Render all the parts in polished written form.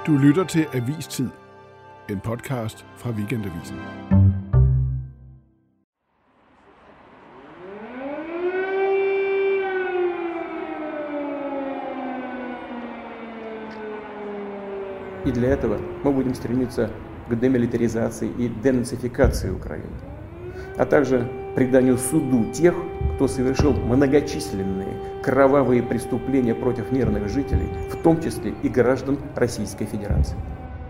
Du lytter til Avistid, en podcast fra Weekendavisen. И для этого мы будем стремиться к демилитаризации и денацификации Украины, а также преданию суду тех, кто совершил многочисленные кровавые преступления против мирных жителей, в том числе и граждан Российской Федерации.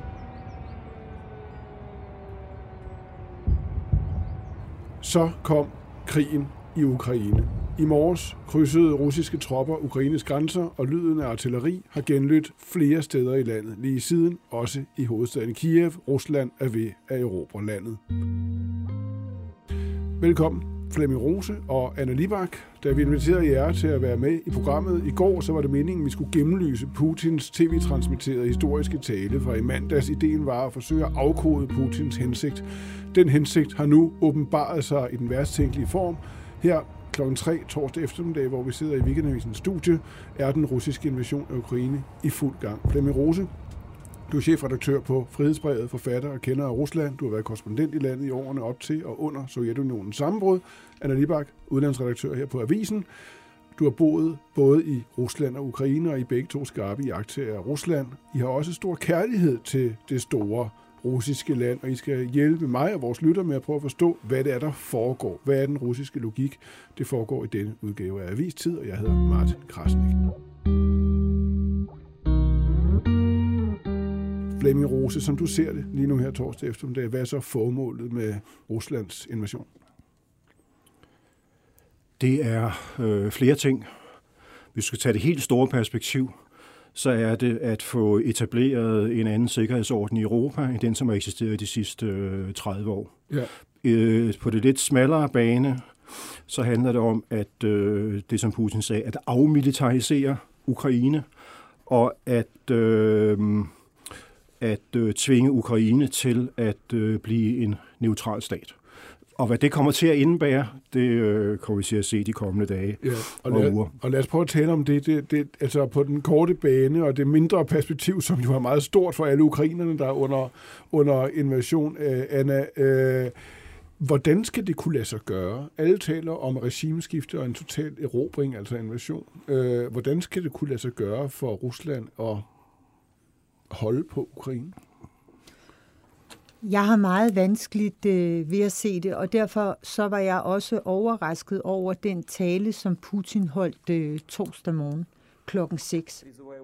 Så kom krigen i Ukraine. I morges krydsede russiske tropper Ukraines grænser, og lyden af artilleri har genlydt flere steder i landet. Lige siden, også i hovedstaden Kiev, Rusland er ved at erobre landet. Velkommen, Flemming Rose og Anna Libak. Da vi inviterede jer til at være med i programmet i går, så var det meningen, at vi skulle gennemlyse Putins tv-transmitterede historiske tale fra i mandags. Ideen var at forsøge at afkode Putins hensigt. Den hensigt har nu åbenbaret sig i den værst tænkelige form. Her klokken 3 torsdag eftermiddag, hvor vi sidder i Weekendavisens studie, er den russiske invasion af Ukraine i fuld gang. Flemming Rose, du er chefredaktør på Frihedsbrevet, forfatter og kender af Rusland. Du har været korrespondent i landet i årene op til og under Sovjetunionens sammenbrud. Anna Libak, udlandsredaktør her på Avisen. Du har boet både i Rusland og Ukraine, og I begge to skarpe iagttagere af Rusland. I har også stor kærlighed til det store russiske land, og I skal hjælpe mig og vores lytter med at prøve at forstå, hvad det er, der foregår. Hvad er den russiske logik? Det foregår i denne udgave af Avistid, og jeg hedder Martin Krasnik. Flemming Rose, som du ser det lige nu her torsdag eftermiddag, hvad er så formålet med Ruslands invasion? Det er flere ting. Hvis vi skal tage det helt store perspektiv, så er det at få etableret en anden sikkerhedsorden i Europa, end den, som har eksisteret de sidste 30 år. Ja. På det lidt smallere bane, så handler det om, at det, som Putin sagde, at afmilitarisere Ukraine, og at tvinge Ukraine til at blive en neutral stat. Og hvad det kommer til at indebære, det kommer vi til at se de kommende dage og uger. Og lad os prøve at tale om det altså på den korte bane og det mindre perspektiv, som jo er meget stort for alle ukrainerne, der er under invasion. Anna, hvordan skal det kunne lade sig gøre? Alle taler om regimeskifte og en total erobring, altså invasion. Hvordan skal det kunne lade sig gøre for Rusland at holde på Ukraine? Jeg har meget vanskeligt ved at se det, og derfor så var jeg også overrasket over den tale, som Putin holdt torsdag morgen klokken 6.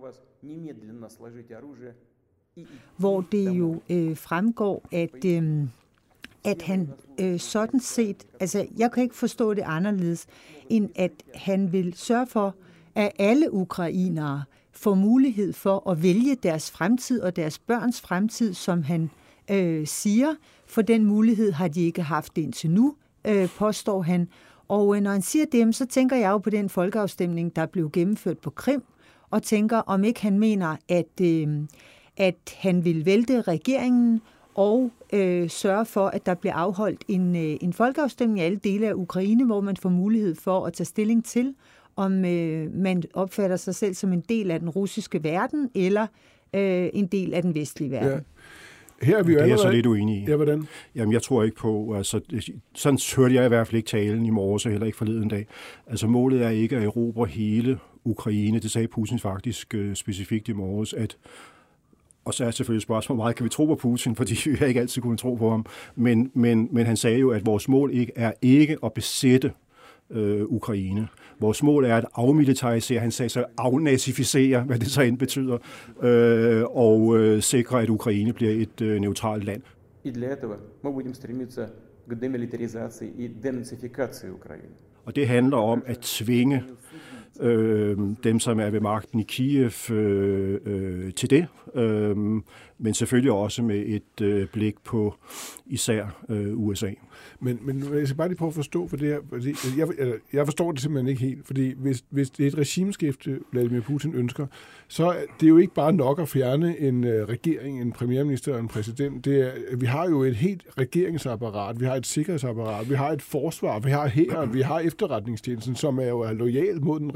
Hvor det jo fremgår, at han sådan set, altså jeg kan ikke forstå det anderledes, end at han vil sørge for, at alle ukrainere får mulighed for at vælge deres fremtid og deres børns fremtid, som han siger, for den mulighed har de ikke haft indtil nu, påstår han. Og når han siger det, så tænker jeg jo på den folkeafstemning, der blev gennemført på Krim, og tænker, om ikke han mener, at han vil vælte regeringen og sørge for, at der bliver afholdt en folkeafstemning i alle dele af Ukraine, hvor man får mulighed for at tage stilling til, om man opfatter sig selv som en del af den russiske verden, eller en del af den vestlige verden. Ja. Her er vi det er jeg så lidt uenig i. Ja, hvordan? Jamen, jeg tror ikke på, altså, sådan hørte jeg i hvert fald ikke talen i morges, og heller ikke forleden dag. Altså, målet er ikke at erobre hele Ukraine. Det sagde Putin faktisk specifikt i morges, og så er selvfølgelig spørgsmålet, hvor meget kan vi tro på Putin, fordi vi har ikke altid kunnet tro på ham. Men han sagde jo, at vores mål ikke at besætte Ukraine. Vores mål er at afmilitarisere, han sagde så afnazificere, hvad det så end betyder, og sikre, at Ukraine bliver et neutralt land. И для этого мы будем стремиться к демилитаризации и денацификации Украины. Og det handler om at tvinge dem, som er ved magten i Kiev, til det, men selvfølgelig også med et blik på især USA. Men jeg skal bare lige prøve at forstå, for det her, fordi jeg forstår det simpelthen ikke helt, fordi hvis det er et regimeskifte, Vladimir Putin ønsker, så er det jo ikke bare nok at fjerne en regering, en premierminister og en præsident. Vi har jo et helt regeringsapparat, vi har et sikkerhedsapparat, vi har et forsvar, vi har hæren, vi har efterretningstjenesten, som er jo lojal mod den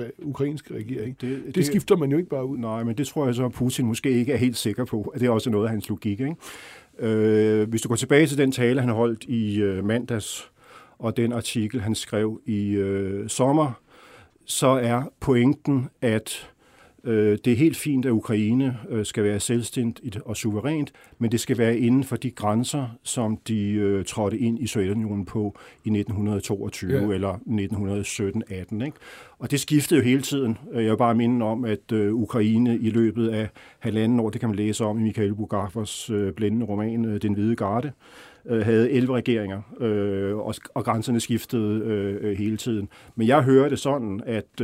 ukrainske regering. Det skifter man jo ikke bare ud. Nej, men det tror jeg så, at Putin måske ikke er helt sikker på. Det er også noget af hans logik, ikke? Hvis du går tilbage til den tale, han holdt i mandags, og den artikel, han skrev i sommer, så er pointen, at det er helt fint, at Ukraine skal være selvstændigt og suverænt, men det skal være inden for de grænser, som de trådte ind i Sovjetunionen på i 1922 eller 1917-18. Ikke? Og det skiftede jo hele tiden. Jeg vil bare minde om, at Ukraine i løbet af 1,5 år, det kan man læse om i Mikhail Bulgakovs blændende roman Den Hvide Garde, havde 11 regeringer, og grænserne skiftede hele tiden. Men jeg hører det sådan, at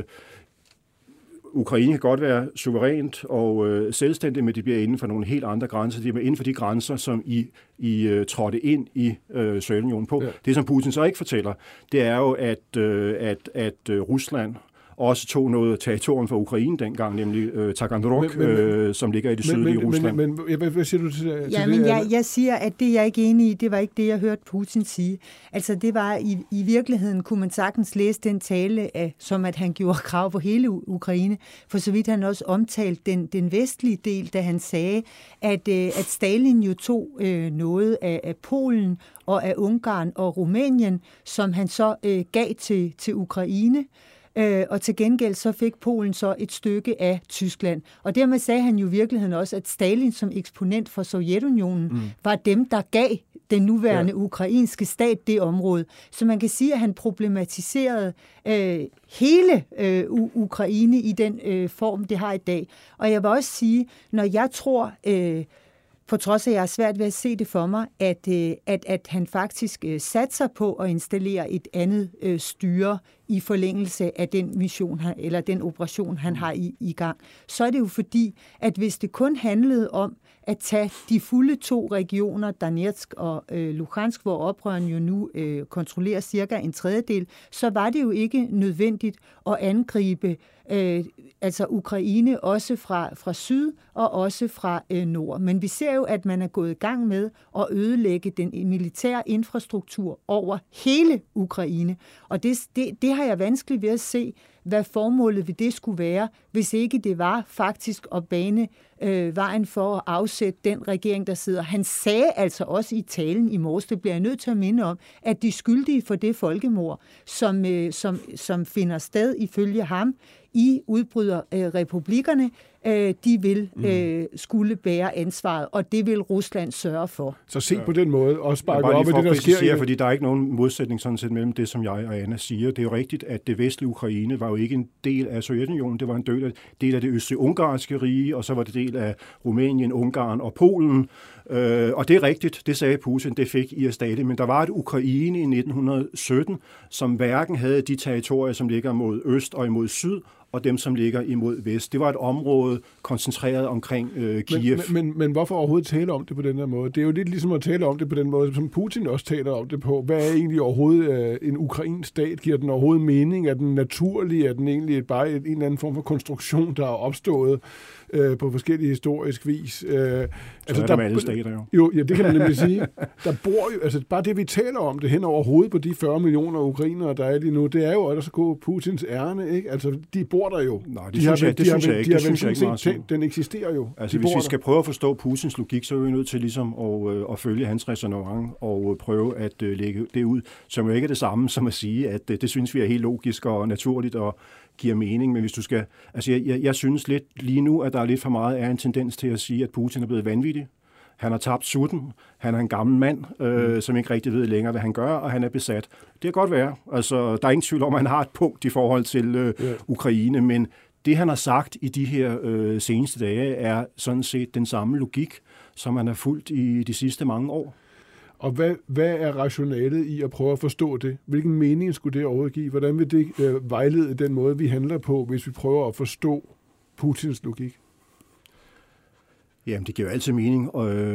Ukraine kan godt være suverænt og selvstændigt, men det bliver inden for nogle helt andre grænser. Det er inden for de grænser, som I trådte ind i Sovjetunionen på. Ja. Det, som Putin så ikke fortæller, det er jo, at Rusland også tog noget territorium fra Ukraine dengang, nemlig Taganrog, som ligger i det sydlige Rusland. Men hvad siger du til det? Ja, men jeg siger, at det jeg er ikke enig i, det var ikke det, jeg hørte Putin sige. Altså det var i virkeligheden, kunne man sagtens læse den tale af, som at han gjorde krav på hele Ukraine, for så vidt han også omtalte den vestlige del, da han sagde, at Stalin jo tog noget af Polen og af Ungarn og Rumænien, som han så gav til Ukraine. Og til gengæld så fik Polen så et stykke af Tyskland. Og dermed sagde han jo i virkeligheden også, at Stalin som eksponent for Sovjetunionen var dem, der gav den nuværende ukrainske stat det område. Så man kan sige, at han problematiserede hele Ukraine i den form, det har i dag. Og jeg vil også sige, når jeg tror, på trods af, at jeg er svært ved at se det for mig, at han faktisk satser på at installere et andet styre i forlængelse af den mission, eller den operation, han har i gang, så er det jo fordi, at hvis det kun handlede om at tage de fulde 2 regioner, Donetsk og Luhansk, hvor oprørerne jo nu kontrollerer cirka 1/3, så var det jo ikke nødvendigt at angribe altså Ukraine også fra syd og også fra nord. Men vi ser jo, at man er gået i gang med at ødelægge den militære infrastruktur over hele Ukraine. Og det har jeg vanskeligt ved at se, hvad formålet ved det skulle være, hvis ikke det var faktisk at bane vejen for at afsætte den regering, der sidder. Han sagde altså også i talen i morges, det bliver jeg nødt til at minde om, at de skyldige for det folkemord, som finder sted ifølge ham i udbryderrepublikkerne, de vil skulle bære ansvaret, og det vil Rusland sørge for. Så se på den måde, og sparke op i det, der sker. Fordi der er ikke nogen modsætning sådan set mellem det, som jeg og Anna siger. Det er jo rigtigt, at det vestlige Ukraine var jo ikke en del af Sovjetunionen. Det var en del af det østlig-ungarske rige, og så var det del af Rumænien, Ungarn og Polen. Og det er rigtigt, det sagde Putin, det fik I stadig. Men der var et Ukraine i 1917, som hverken havde de territorier, som ligger mod øst og imod syd, og dem, som ligger imod vest. Det var et område koncentreret omkring Kiev. Men hvorfor overhovedet tale om det på den her måde? Det er jo lidt ligesom at tale om det på den måde, som Putin også taler om det på. Hvad er egentlig overhovedet en ukrainsk stat? Giver den overhovedet mening? Er den naturlig? Er den egentlig bare en eller anden form for konstruktion, der er opstået på forskellige historisk vis? Altså, der med alle stater jo. Ja, det kan man nemlig sige. Der bor jo, altså bare det, vi taler om det hen over hovedet på de 40 millioner ukrainere, der er lige nu, det er jo også at gå Putins ærne, ikke? Altså, de bor der jo. Nej, det synes jeg ikke meget. Den eksisterer jo. Altså, hvis vi skal prøve at forstå Putins logik, så er vi nødt til ligesom at følge hans ræsonnement og prøve at lægge det ud, som jo ikke er det samme som at sige, at det synes vi er helt logisk og naturligt og giver mening. Men hvis du skal... Altså, jeg synes lidt lige nu, at der er lidt for meget af en tendens til at sige, at Putin er blevet vanvittig. Han har tabt sutten. Han er en gammel mand, som ikke rigtig ved længere, hvad han gør, og han er besat. Det kan godt være. Altså, der er ingen tvivl om, at han har et punkt i forhold til Ukraine, men det, han har sagt i de her seneste dage, er sådan set den samme logik, som han har fulgt i de sidste mange år. Og hvad er rationalet i at prøve at forstå det? Hvilken mening skulle det overhovedet give? Hvordan vil det vejlede den måde, vi handler på, hvis vi prøver at forstå Putins logik? Jamen, det giver jo altid mening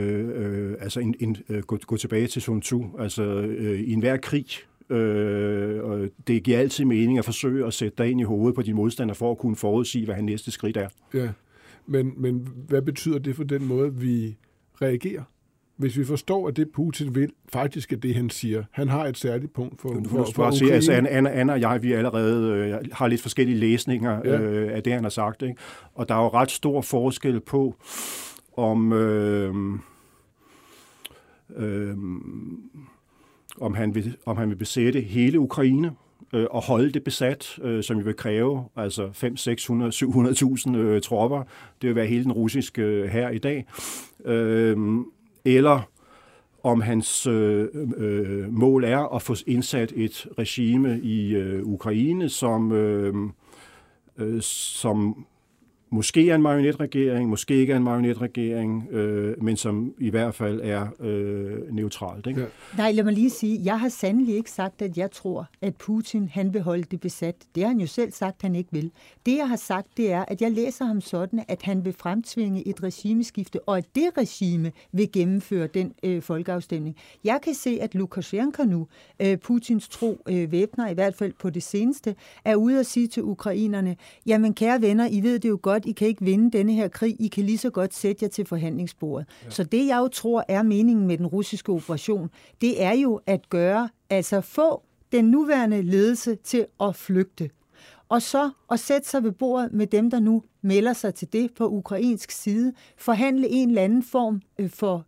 at gå tilbage til Sun Tzu. Altså, i enhver krig, det giver altid mening at forsøge at sætte dig ind i hovedet på din modstander for at kunne forudsige, hvad hans næste skridt er. Ja, men hvad betyder det for den måde, vi reagerer? hvis vi forstår, at det Putin vil, faktisk er det, han siger. Han har et særligt punkt for Ukraine. Altså, Anna og jeg, vi allerede har lidt forskellige læsninger af det, han har sagt. Ikke? Og der er jo ret stor forskel på, om han vil besætte hele Ukraine og holde det besat, som vi vil kræve, altså 500, 600, 700.000 tropper. Det vil være hele den russiske hær i dag. Eller om hans mål er at få indsat et regime i Ukraine, som måske er en marionetregering, måske ikke er en marionetregering, men som i hvert fald er neutralt. Ikke? Ja. Nej, lad mig lige sige, jeg har sandelig ikke sagt, at jeg tror, at Putin han vil holde det besat. Det har han jo selv sagt, han ikke vil. Det, jeg har sagt, det er, at jeg læser ham sådan, at han vil fremtvinge et regimeskifte, og at det regime vil gennemføre den folkeafstemning. Jeg kan se, at Lukashenko nu, Putins tro væbner, i hvert fald på det seneste, er ude at sige til ukrainerne, jamen kære venner, I ved det jo godt, I kan ikke vinde denne her krig, I kan lige så godt sætte jer til forhandlingsbordet. Ja. Så det, jeg jo tror, er meningen med den russiske operation, det er jo at få den nuværende ledelse til at flygte. Og så at sætte sig ved bordet med dem, der nu melder sig til det på ukrainsk side, forhandle en eller anden form for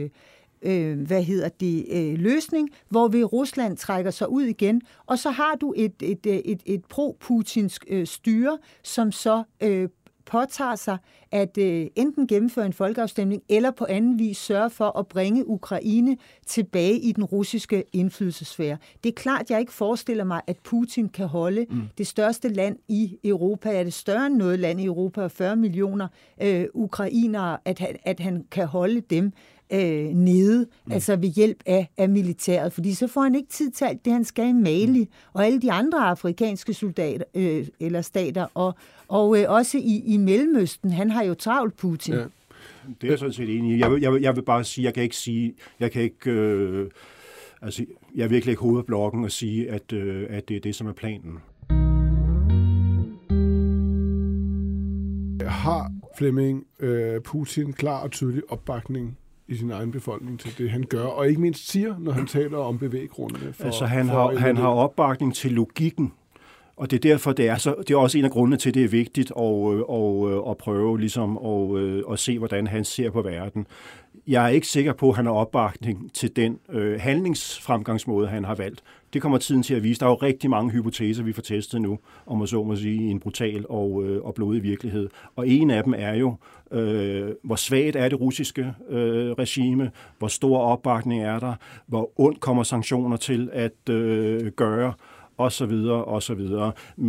løsning, hvor Rusland trækker sig ud igen, og så har du et pro-putinsk styre, som så påtager sig at enten gennemføre en folkeafstemning, eller på anden vis sørge for at bringe Ukraine tilbage i den russiske indflydelsesfære. Det er klart, jeg ikke forestiller mig, at Putin kan holde det største land i Europa, er det større end noget land i Europa, 40 millioner ukrainere, at han kan holde dem nede, altså ved hjælp af militæret, fordi så får han ikke tid til alt det, han skal i Mali, og alle de andre afrikanske soldater, eller stater, og også i Mellemøsten. Han har jo travlt, Putin. Ja. Det er jeg sådan set enig i. Jeg vil bare sige, jeg vil virkelig ikke hovedblokken og sige, at det er det, som er planen. Har Flemming Putin klar og tydelig opbakning i sin egen befolkning til det, han gør, og ikke mindst siger, når han taler om bevæggrundene? Han har opbakning til logikken, og det er derfor, det er også en af grundene til, at det er vigtigt at prøve ligesom at se, hvordan han ser på verden. Jeg er ikke sikker på, at han har opbakning til den handlingsfremgangsmåde, han har valgt. Det kommer tiden til at vise. Der er jo rigtig mange hypoteser, vi får testet nu, om at så må sige, i en brutal og blodig virkelighed. Og en af dem er jo, hvor svagt er det russiske regime, hvor stor opbakning er der, hvor ondt kommer sanktioner til at gøre, og så videre, og så videre.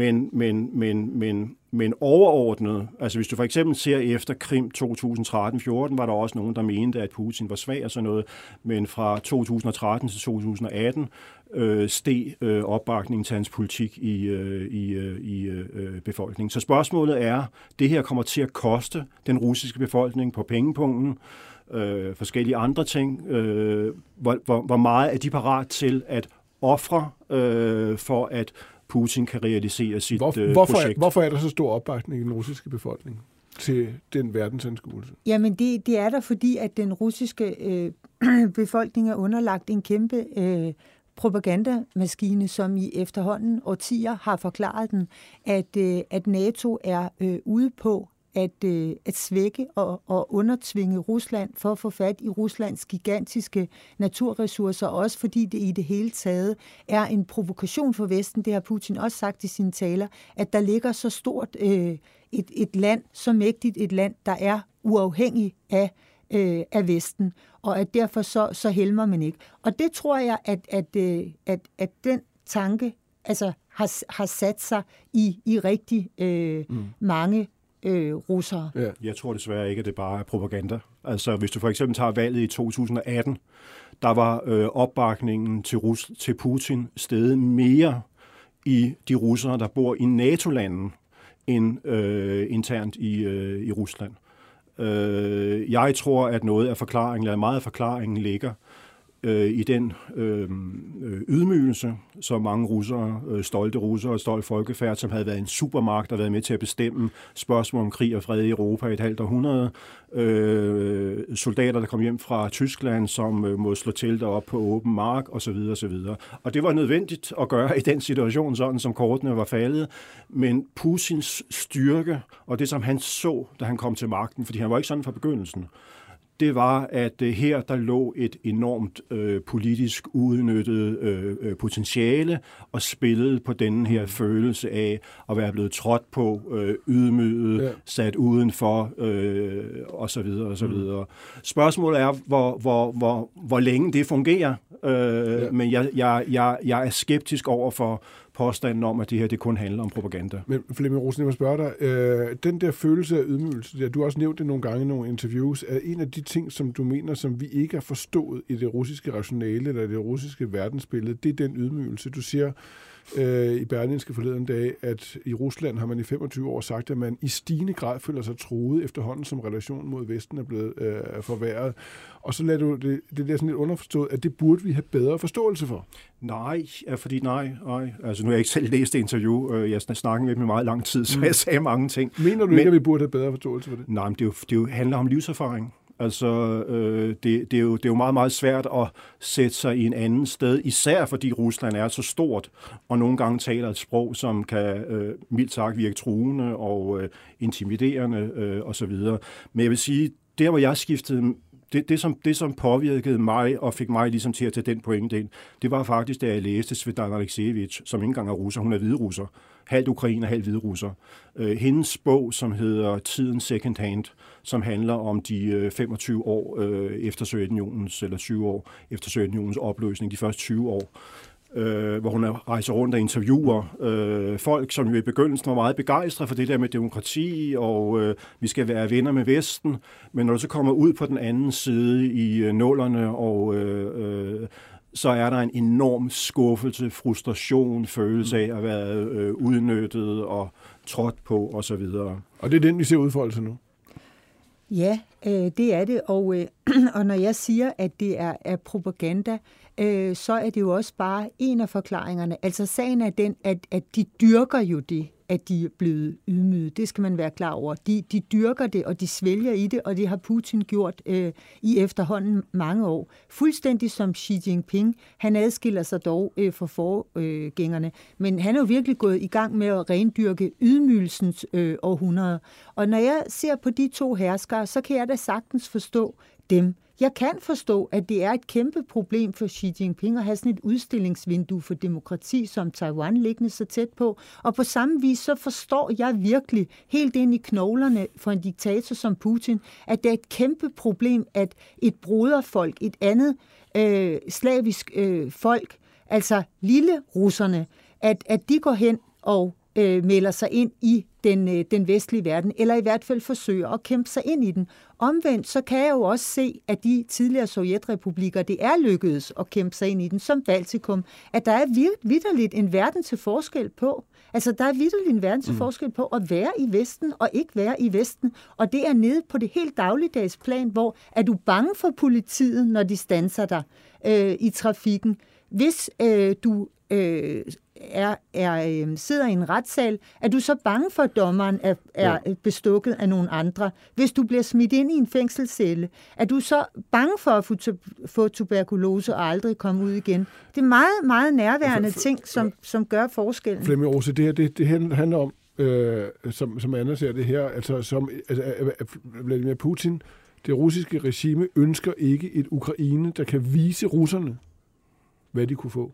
Men overordnet, altså hvis du for eksempel ser efter Krim 2013-14, var der også nogen, der mente, at Putin var svag og sådan noget, men fra 2013 til 2018 steg opbakningen til hans politik i befolkningen. Så spørgsmålet er, det her kommer til at koste den russiske befolkning på pengepunkten, forskellige andre ting. Hvor meget er de parat til at ofre for at Putin kan realisere sit projekt? Hvorfor er der så stor opbakning i den russiske befolkning til den verdensanskuelse? Jamen det er der, fordi at den russiske befolkning er underlagt en kæmpe propagandamaskine, som i efterhånden årtier har forklaret den, at NATO er ude på at svække og undertvinge Rusland for at få fat i Ruslands gigantiske naturressourcer, også fordi det i det hele taget er en provokation for Vesten. Det har Putin også sagt i sine taler, at der ligger så stort et land, så mægtigt et land, der er uafhængig af Vesten, og at derfor så helmer man ikke. Og det tror jeg, at den tanke altså har sat sig i rigtig mange russere. Ja. Jeg tror desværre ikke, at det bare er propaganda. Altså, hvis du for eksempel tager valget i 2018, der var opbakningen til Putin steget mere i de russere, der bor i NATO-landen, end internt i Rusland. Jeg tror, at noget af forklaringen, eller meget af forklaringen ligger i den ydmygelse, som mange russere, stolte russere og stolt folkefærd, som havde været en supermagt og været med til at bestemme spørgsmål om krig og fred i Europa i et halvt århundrede. Soldater, der kom hjem fra Tyskland, som måtte slå telter op på åben mark osv. osv. Og det var nødvendigt at gøre i den situation, sådan som kortene var faldet. Men Putins styrke og det, som han så, da han kom til magten, fordi han var ikke sådan fra begyndelsen, det var, at her der lå et enormt politisk udnyttet potentiale og spillede på denne her følelse af at være blevet trådt på, ydmyget, sat udenfor og så videre og så videre. Spørgsmålet er, hvor længe det fungerer, men jeg er skeptisk over for påstanden om, at det her det kun handler om propaganda. Men Flemming Rosen, jeg må spørge dig, den der følelse af ydmygelse, du har også nævnt det nogle gange i nogle interviews, er en af de ting, som du mener, som vi ikke har forstået i det russiske rationale eller det russiske verdensbillede, det er den ydmygelse. Du siger i Berlingske forleden dag, at i Rusland har man i 25 år sagt, at man i stigende grad føler sig truet efterhånden, som relationen mod Vesten er blevet forværret. Og så lader du det der sådan lidt underforstået, at det burde vi have bedre forståelse for. Nej. Altså nu har jeg ikke selv læst det interview. Jeg snakkede med dem i meget lang tid, så jeg sagde mange ting. Mener du ikke, at vi burde have bedre forståelse for det? Nej, men det handler om livserfaring. Altså, det er jo meget, meget svært at sætte sig i en anden sted, især fordi Rusland er så stort, og nogle gange taler et sprog, som kan mildt sagt virke truende og intimiderende osv. Men jeg vil sige, der hvor jeg skiftede, det som påvirkede mig og fik mig ligesom til at tage den pointe ind, det var faktisk, da jeg læste Svetlana Aleksijevich, som ikke engang er russer, hun er hviderusser, halvt ukrainer, halvt hviderusser. Hendes bog, som hedder Tiden Second Hand, som handler om de 25 år efter Sovjetunionens, eller 20 år efter Sovjetunionens opløsning, de første 20 år, hvor hun rejser rundt og interviewer folk, som jo i begyndelsen var meget begejstrede for det der med demokrati, og vi skal være venner med Vesten, men når du så kommer ud på den anden side i nullerne, og så er der en enorm skuffelse, frustration, følelse af at være udnyttet og trådt på osv. Og det er den, vi ser udfolde sig nu? Ja, det er det, og når jeg siger, at det er propaganda, så er det jo også bare en af forklaringerne. Altså sagen er den, at de dyrker jo det, at de er blevet ydmyget. Det skal man være klar over. De dyrker det, og de svælger i det, og det har Putin gjort i efterhånden mange år. Fuldstændig som Xi Jinping. Han adskiller sig dog fra forgængerne, men han er jo virkelig gået i gang med at rendyrke ydmygelsens århundrede. Og når jeg ser på de to herskere, så kan jeg da sagtens forstå dem. Jeg kan forstå, at det er et kæmpe problem for Xi Jinping at have sådan et udstillingsvindue for demokrati som Taiwan liggende så tæt på. Og på samme vis så forstår jeg virkelig helt ind i knoglerne for en diktator som Putin, at det er et kæmpe problem, at et broderfolk, et andet slavisk folk, altså lille russerne, at de går hen og melder sig ind i den vestlige verden, eller i hvert fald forsøger at kæmpe sig ind i den. Omvendt, så kan jeg jo også se, at de tidligere sovjetrepublikker, det er lykkedes at kæmpe sig ind i den, som Baltikum, at der er vitterligt en verden til forskel på. Altså, der er vitterligt en verden til forskel på at være i Vesten og ikke være i Vesten. Og det er nede på det helt dagligdags plan, hvor er du bange for politiet, når de standser dig i trafikken. Hvis du sidder i en retssal, er du så bange for, at dommeren er bestukket af nogle andre? Hvis du bliver smidt ind i en fængselscelle, er du så bange for at få tuberkulose og aldrig komme ud igen? Det er meget, meget nærværende ting, som gør forskellen. Flemming Rose, det handler om, som Anna ser det her, altså Vladimir Putin, det russiske regime, ønsker ikke et Ukraine, der kan vise russerne, hvad de kunne få.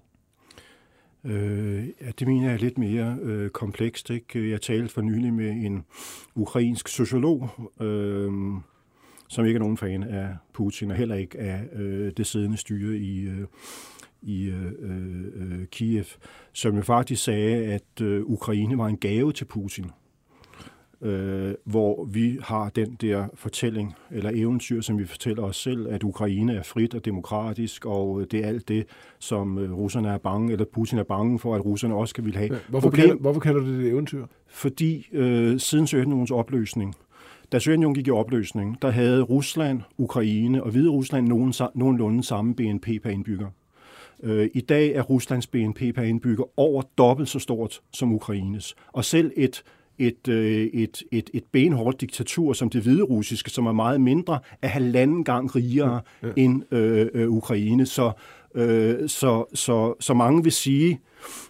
Det mener jeg er lidt mere komplekst. Ikke? Jeg talte for nylig med en ukrainsk sociolog, som ikke er nogen fan af Putin, og heller ikke af det siddende styre i Kiev, som jo faktisk sagde, at Ukraine var en gave til Putin. Hvor vi har den der fortælling, eller eventyr, som vi fortæller os selv, at Ukraine er frit og demokratisk, og det er alt det, som russerne er bange, eller Putin er bange for, at russerne også skal ville have. Hvorfor kalder du det et eventyr? Fordi siden Sovjetunionens opløsning, Da Sovjetunionen gik i opløsning, der havde Rusland, Ukraine og Hvide Rusland nogenlunde samme BNP per indbygger. I dag er Ruslands BNP per indbygger over dobbelt så stort som Ukraines. Og selv et benhårdt diktatur som det hviderussiske, som er meget mindre, er 1,5 gang rigere end Ukraine. Så mange vil sige,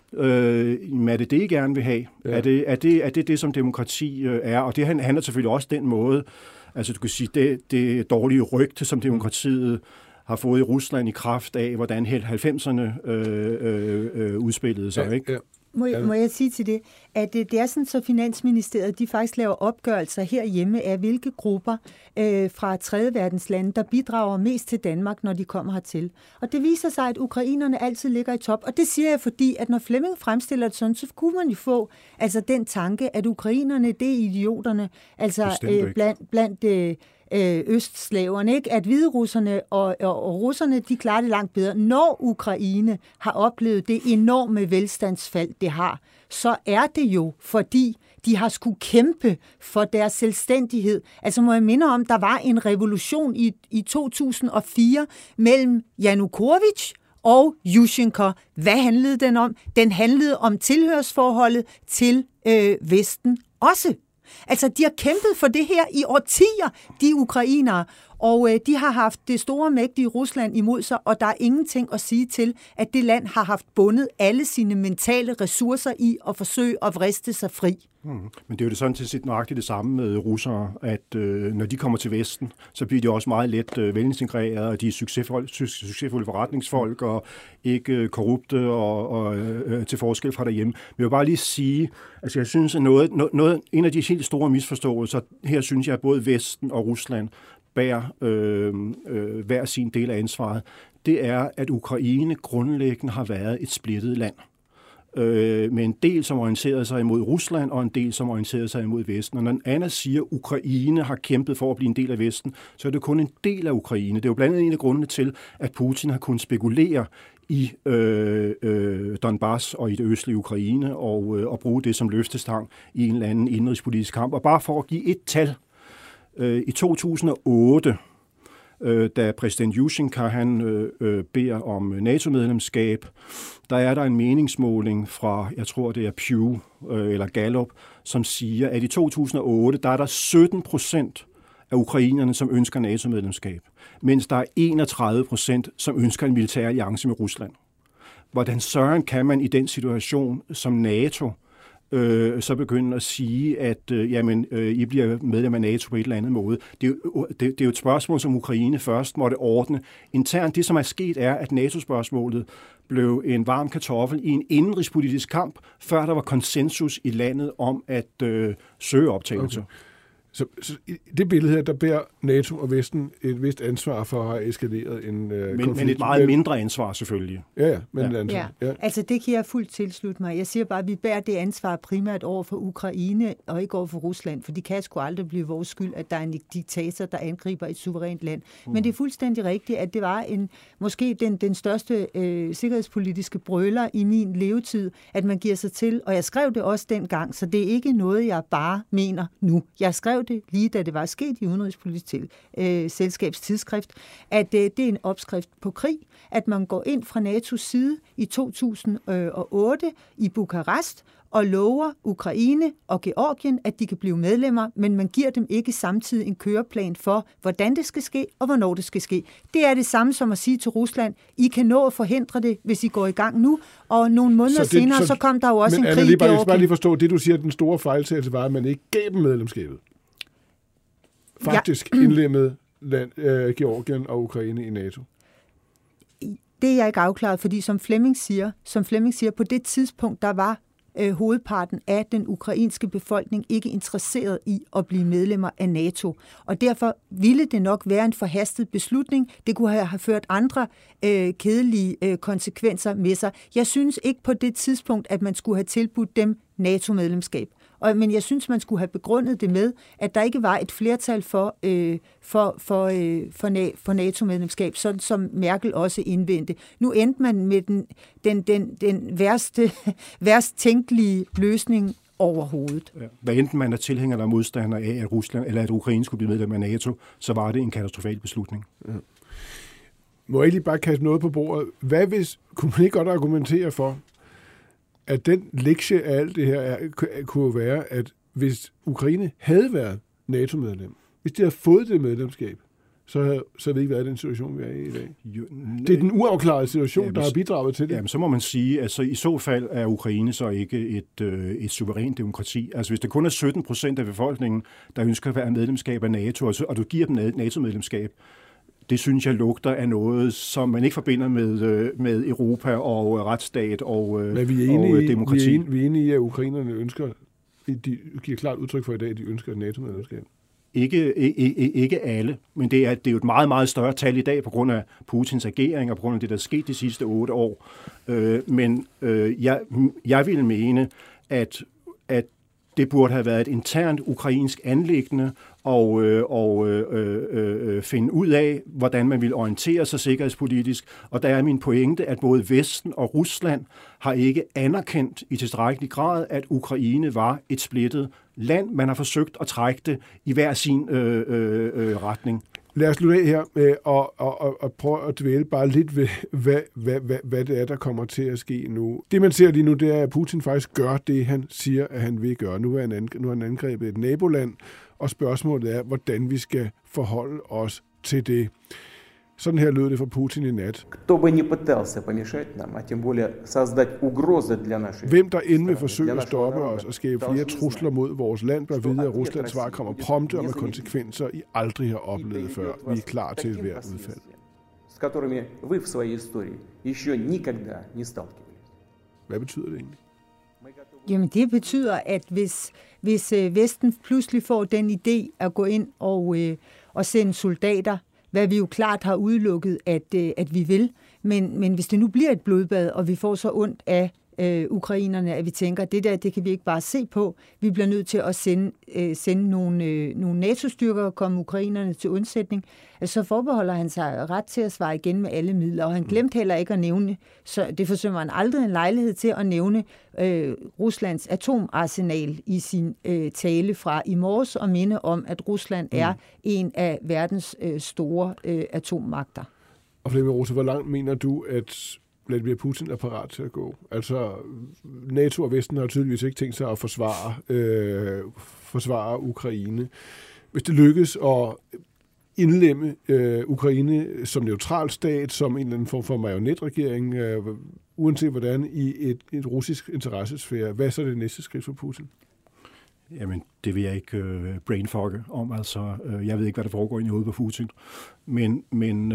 er det I gerne vil have? Ja. Er det, som demokrati er? Og det handler selvfølgelig også den måde, altså du kan sige, det dårlige rygte, som demokratiet har fået i Rusland i kraft af, hvordan 90'erne udspillede sig, ikke? Ja. Må jeg sige til det, at det er sådan, så Finansministeriet de faktisk laver opgørelser herhjemme af, hvilke grupper fra 3. verdens lande, der bidrager mest til Danmark, når de kommer hertil. Og det viser sig, at ukrainerne altid ligger i top. Og det siger jeg, fordi at når Flemming fremstiller det sådan, så kunne man jo få altså den tanke, at ukrainerne, det er idioterne, altså blandt østslaverne, ikke? At hviderusserne og russerne, de klarer det langt bedre. Når Ukraine har oplevet det enorme velstandsfald, det har, så er det jo, fordi de har skulle kæmpe for deres selvstændighed. Altså må jeg minde om, der var en revolution i 2004 mellem Yanukovych og Yushchenko. Hvad handlede den om? Den handlede om tilhørsforholdet til Vesten også. Altså, de har kæmpet for det her i årtier, de ukrainere, og de har haft det store mægtige Rusland imod sig, og der er ingenting at sige til, at det land har haft bundet alle sine mentale ressourcer i at forsøge at vriste sig fri. Men det er jo det sådan set nøjagtigt det samme med russere, at når de kommer til Vesten, så bliver de også meget let velintegreret, og de er succesfulde forretningsfolk, og ikke korrupte og til forskel fra derhjemme. Men jeg vil bare lige sige, altså jeg synes, at en af de helt store misforståelser, her synes jeg, at både Vesten og Rusland bærer hver sin del af ansvaret, det er, at Ukraine grundlæggende har været et splittet land. Med en del, som orienterede sig imod Rusland, og en del, som orienterede sig imod Vesten. Og når Anna siger, at Ukraine har kæmpet for at blive en del af Vesten, så er det kun en del af Ukraine. Det er jo blandt andet en af grundene til, at Putin har kunnet spekulere i Donbass og i det østlige Ukraine, og bruge det som løftestang i en eller anden indenrigspolitisk kamp. Og bare for at give et tal, i 2008, da præsident Yushchenko beder om NATO-medlemskab, der er der en meningsmåling fra, jeg tror det er Pew eller Gallup, som siger, at i 2008, der er der 17% af ukrainerne, som ønsker NATO-medlemskab, mens der er 31%, som ønsker en militær alliance med Rusland. Hvordan søren kan man i den situation som NATO så begynde at sige, at I bliver medlem af NATO på et eller andet måde. Det er jo et spørgsmål, som Ukraine først måtte ordne internt. Det, som er sket, er, at NATO-spørgsmålet blev en varm kartoffel i en indenrigspolitisk kamp, før der var konsensus i landet om at søge optagelse. Okay. Så i det billede her, der bærer NATO og Vesten et vist ansvar for at have eskaleret en konflikt. Men et meget mindre ansvar selvfølgelig. Ja, men et ansvar. Ja. Altså det kan jeg fuldt tilslutte mig. Jeg siger bare, at vi bærer det ansvar primært over for Ukraine og ikke over for Rusland, for det kan sgu aldrig blive vores skyld, at der er en diktator, der angriber et suverænt land. Men det er fuldstændig rigtigt, at det var måske den største sikkerhedspolitiske brøler i min levetid, at man giver sig til, og jeg skrev det også dengang, så det er ikke noget, jeg bare mener nu. Jeg skrev det lige da det var sket i Udenrigspolitisk Selskabs tidsskrift, at det er en opskrift på krig, at man går ind fra NATO's side i 2008 i Bukarest og lover Ukraine og Georgien, at de kan blive medlemmer, men man giver dem ikke samtidig en køreplan for, hvordan det skal ske og hvornår det skal ske. Det er det samme som at sige til Rusland, I kan nå at forhindre det, hvis I går i gang nu, og nogle måneder senere, så kom der jo også en krig i Georgien. Men bare lige forstå, det du siger, den store fejltagelse var, at man ikke gav dem medlemskabet. Faktisk indlemmet Georgien og Ukraine i NATO. Det er jeg ikke afklaret, fordi som Flemming siger, på det tidspunkt, der var hovedparten af den ukrainske befolkning ikke interesseret i at blive medlemmer af NATO. Og derfor ville det nok være en forhastet beslutning. Det kunne have ført andre kedelige konsekvenser med sig. Jeg synes ikke på det tidspunkt, at man skulle have tilbudt dem NATO-medlemskab. Men jeg synes, man skulle have begrundet det med, at der ikke var et flertal for NATO-medlemskab, sådan som Merkel også indvendte. Nu endte man med den værst tænkelige løsning overhovedet. Ja. Hvad enten man er tilhænger eller modstander af, at Rusland eller at Ukraine skulle blive medlem af NATO, så var det en katastrofal beslutning. Ja. Må jeg lige bare kaste noget på bordet? Hvad hvis, kunne man ikke godt argumentere for, at den lektie af alt det her kunne være, at hvis Ukraine havde været NATO-medlem, hvis de havde fået det medlemskab, så havde vi ikke været i den situation, vi er i dag. Det er den uafklarede situation, der har bidraget til det. Jamen, så må man sige, at i så fald er Ukraine så ikke et suverænt demokrati. Altså hvis det kun er 17% af befolkningen, der ønsker at være medlemskab af NATO, og du giver dem NATO-medlemskab, det synes jeg lugter af noget, som man ikke forbinder med Europa og retsstat og demokrati. Vi er enige i, at ukrainerne ønsker, de giver klart udtryk for i dag, at de ønsker et NATO-medlemskab. Ikke alle, men det er jo et meget, meget større tal i dag på grund af Putins agering og på grund af det, der er sket de sidste 8 år. Men jeg vil mene, at det burde have været et internt ukrainsk anliggende og finde ud af, hvordan man vil orientere sig sikkerhedspolitisk. Og der er min pointe, at både Vesten og Rusland har ikke anerkendt i tilstrækkelig grad, at Ukraine var et splittet land. Man har forsøgt at trække det i hver sin retning. Lad os slutte af her og prøve at dvæle bare lidt ved, hvad det er, der kommer til at ske nu. Det, man ser lige nu, det er, at Putin faktisk gør det, han siger, at han vil gøre. Nu er han angrebet et naboland, og spørgsmålet er, hvordan vi skal forholde os til det. Sådan her lød det fra Putin i nat. Hvem der end vil forsøge at stoppe os og skabe flere trusler mod vores land, bør vide, at Ruslands svar kommer prompte og med konsekvenser, I aldrig har oplevet før. Vi er klar til et hvert udfald. Hvad betyder det egentlig? Jamen det betyder, at hvis Vesten pludselig får den idé at gå ind og sende soldater, hvad vi jo klart har udelukket, at vi vil. Men hvis det nu bliver et blodbad, og vi får så ondt af ukrainerne, at vi tænker, det kan vi ikke bare se på. Vi bliver nødt til at sende nogle NATO-styrker og komme ukrainerne til undsætning. Så forbeholder han sig ret til at svare igen med alle midler, og han glemte heller ikke at nævne, så det forsøger han aldrig en lejlighed til at nævne Ruslands atomarsenal i sin tale fra i morges, og minde om, at Rusland er en af verdens store atommagter. Og Flemming Rose, hvor langt mener du, at Vladimir Putin er parat til at gå? Altså, NATO og Vesten har tydeligvis ikke tænkt sig at forsvare Ukraine. Hvis det lykkes at indlemme Ukraine som neutral stat, som en eller anden form for marionetregering, uanset hvordan, i et russisk interessesfære, hvad er så det næste skridt for Putin? Jamen, det vil jeg ikke brainfucke om. Altså, jeg ved ikke, hvad der foregår inde i hovedet på Putin. Men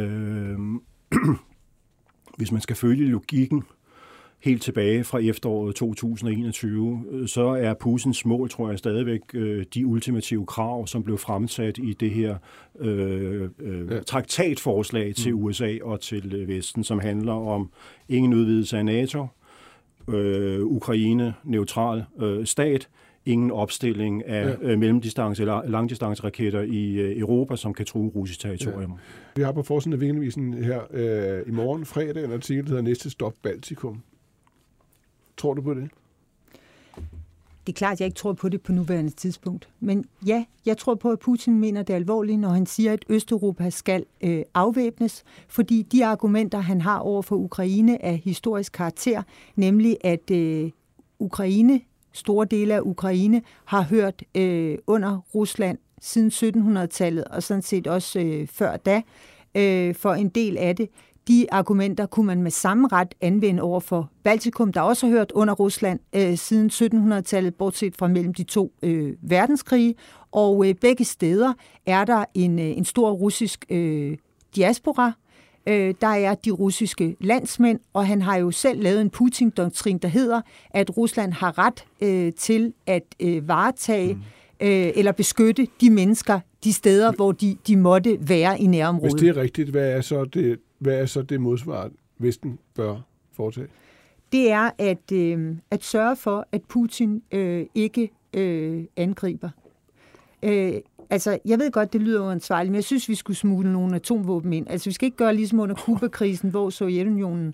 hvis man skal følge logikken helt tilbage fra efteråret 2021, så er Putins mål, tror jeg, stadigvæk de ultimative krav, som blev fremsat i det her traktatforslag til USA og til Vesten, som handler om ingen udvidelse af NATO, Ukraine, neutral stat, ingen opstilling af mellemdistance- eller langdistanceraketter i Europa, som kan true russisk territorium. Ja. Vi har på forsiden af Weekendavisen her i morgen, fredag, en artikel, der hedder Næste stop Baltikum. Tror du på det? Det er klart, at jeg ikke tror på det på nuværende tidspunkt. Men ja, jeg tror på, at Putin mener det alvorligt, når han siger, at Østeuropa skal afvæbnes, fordi de argumenter, han har over for Ukraine, er historisk karakter, nemlig at Ukraine, store dele af Ukraine, har hørt under Rusland siden 1700-tallet, og sådan set også før da, for en del af det. De argumenter kunne man med samme ret anvende over for Baltikum, der også har hørt under Rusland siden 1700-tallet, bortset fra mellem de to verdenskrige. Og begge steder er der en stor russisk diaspora. Der er de russiske landsmænd, og han har jo selv lavet en Putin-doktrin, der hedder, at Rusland har ret til at varetage eller beskytte de mennesker, de steder, hvor de måtte være i nærområdet. Hvis det er rigtigt, hvad er så det modsvar, Vesten bør foretage? Det er at sørge for, at Putin ikke angriber. Altså, jeg ved godt, det lyder uansvarligt, men jeg synes, vi skulle smule nogle atomvåben ind. Altså, vi skal ikke gøre ligesom under Kuba-krisen, hvor Sovjetunionen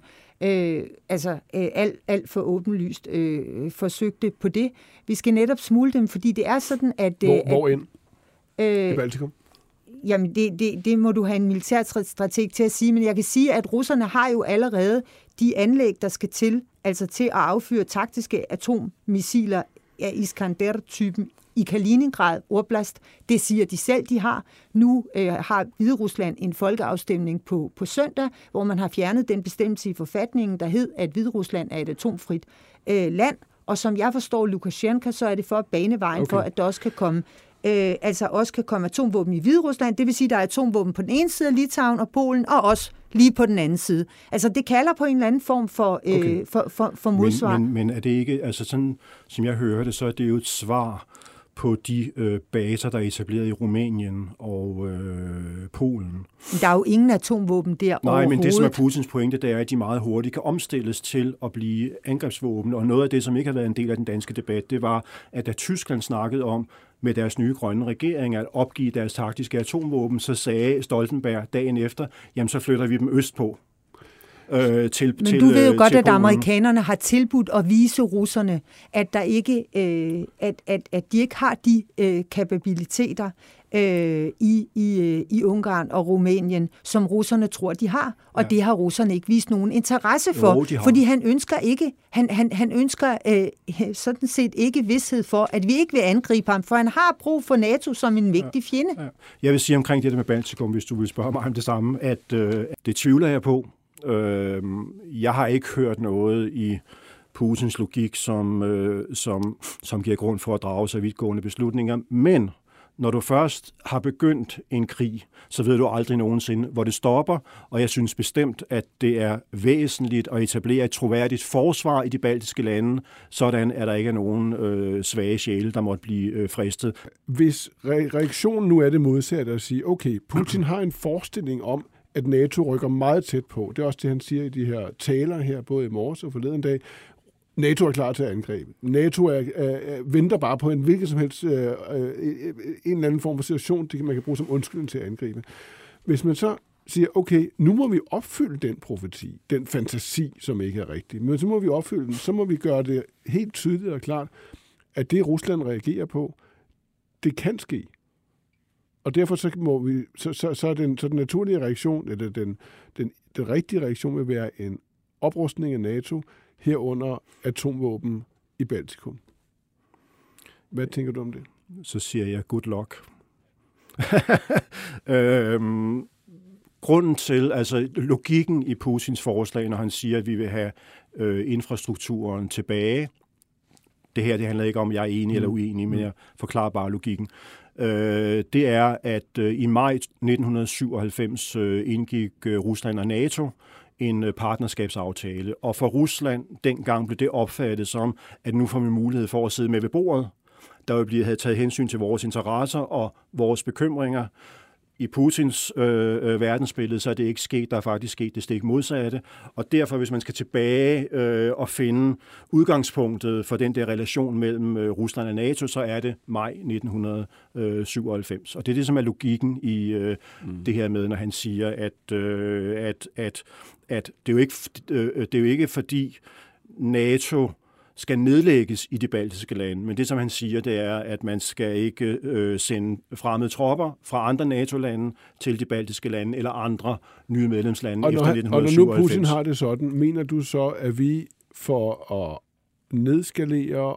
alt for åbenlyst forsøgte på det. Vi skal netop smule dem, fordi det er sådan, at... Hvor ind? I Baltikum? Jamen, det må du have en militærstrateg til at sige, men jeg kan sige, at russerne har jo allerede de anlæg, der skal til, altså til at affyre taktiske atommissiler af Iskander-typen i Kaliningrad Oblast. Det siger de selv, de har. Nu har Hviderusland en folkeafstemning på søndag, hvor man har fjernet den bestemmelse i forfatningen, der hed, at Hviderusland er et atomfrit land. Og som jeg forstår Lukashenko, så er det for at bane vejen for, at der også kan komme atomvåben i Hviderusland. Det vil sige, at der er atomvåben på den ene side af Litauen og Polen, og også lige på den anden side. Altså, det kalder på en eller anden form for modsvar. Men er det ikke, altså sådan, som jeg hører det, så er det jo et svar på de baser, der er etableret i Rumænien og Polen. Der er jo ingen atomvåben der overhovedet. Nej, men det, som er Putins pointe, det er, at de meget hurtigt kan omstilles til at blive angrebsvåben. Og noget af det, som ikke har været en del af den danske debat, det var, at da Tyskland snakkede om med deres nye grønne regering at opgive deres taktiske atomvåben, så sagde Stoltenberg dagen efter, jamen så flytter vi dem østpå. Men du ved jo godt, at amerikanerne har tilbudt at vise russerne, at der ikke, at de ikke har de kapabiliteter i Ungarn og Rumænien, som russerne tror, de har. Og det har russerne ikke vist nogen interesse for, fordi han ønsker ikke, han ønsker sådan set ikke vished for, at vi ikke vil angribe ham, for han har brug for NATO som en vigtig fjende. Ja. Jeg vil sige omkring det med Baltikum, hvis du vil spørge mig om det samme, at det tvivler jeg på. Jeg har ikke hørt noget i Putins logik, som giver grund for at drage sig vidtgående beslutninger. Men når du først har begyndt en krig, så ved du aldrig nogensinde, hvor det stopper. Og jeg synes bestemt, at det er væsentligt at etablere et troværdigt forsvar i de baltiske lande, sådan at der ikke er nogen svage sjæle, der måtte blive fristet. Hvis reaktionen nu er det modsatte at sige, okay, Putin har en forestilling om, at NATO rykker meget tæt på. Det er også det, han siger i de her taler her, både i morges og forleden dag. NATO er klar til at angribe. NATO venter bare på en hvilken som helst en eller anden form for situation, man kan bruge som undskyldning til at angribe. Hvis man så siger, okay, nu må vi opfylde den profeti, den fantasi, som ikke er rigtig, men så må vi opfylde den, så må vi gøre det helt tydeligt og klart, at det Rusland reagerer på, det kan ske. Og derfor så er den naturlige reaktion, eller den rigtige reaktion vil være en oprustning af NATO, herunder atomvåben i Baltikum. Hvad tænker du om det? Så siger jeg good luck. Grunden til, altså logikken i Putins forslag, når han siger, at vi vil have infrastrukturen tilbage, det her det handler ikke om, at jeg er enig eller uenig, men jeg forklarer bare logikken. Det er, at i maj 1997 indgik Rusland og NATO en partnerskabsaftale, og for Rusland dengang blev det opfattet som, at nu får vi mulighed for at sidde med ved bordet. Der havde taget hensyn til vores interesser og vores bekymringer. I Putins verdensbillede, så er det ikke sket. Der er faktisk sket det stik modsatte. Og derfor, hvis man skal tilbage og finde udgangspunktet for den der relation mellem Rusland og NATO, så er det maj 1997. Og det er det, som er logikken i det her med, når han siger, at det er jo ikke fordi NATO skal nedlægges i de baltiske lande. Men det, som han siger, det er, at man skal ikke sende fremmede tropper fra andre NATO-lande til de baltiske lande eller andre nye medlemslande efter 1997. Og når nu Putin har det sådan, mener du så, at vi for at nedskalere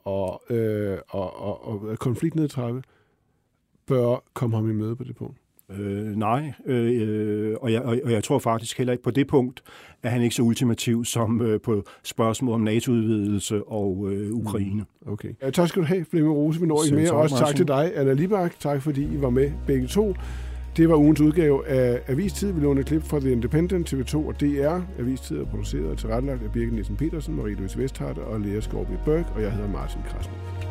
og konfliktnedtrappe bør komme ham i møde på det punkt? Nej, og jeg tror faktisk heller ikke på det punkt, at han ikke så ultimativ som på spørgsmål om NATO-udvidelse og Ukraine. Okay. Ja, tak skal du have, Flemming Rose. Vi når ikke mere. Også tak til dig, Anna Libak. Tak fordi I var med begge to. Det var ugens udgave af Avistid. Vi låner et klip fra The Independent, TV2 og DR. Avistid er produceret og tilrettelagt af Birgit Nielsen Petersen, Marie-Louise Vesthart og Lea Skovby Berg, og jeg hedder Martin Krasnik.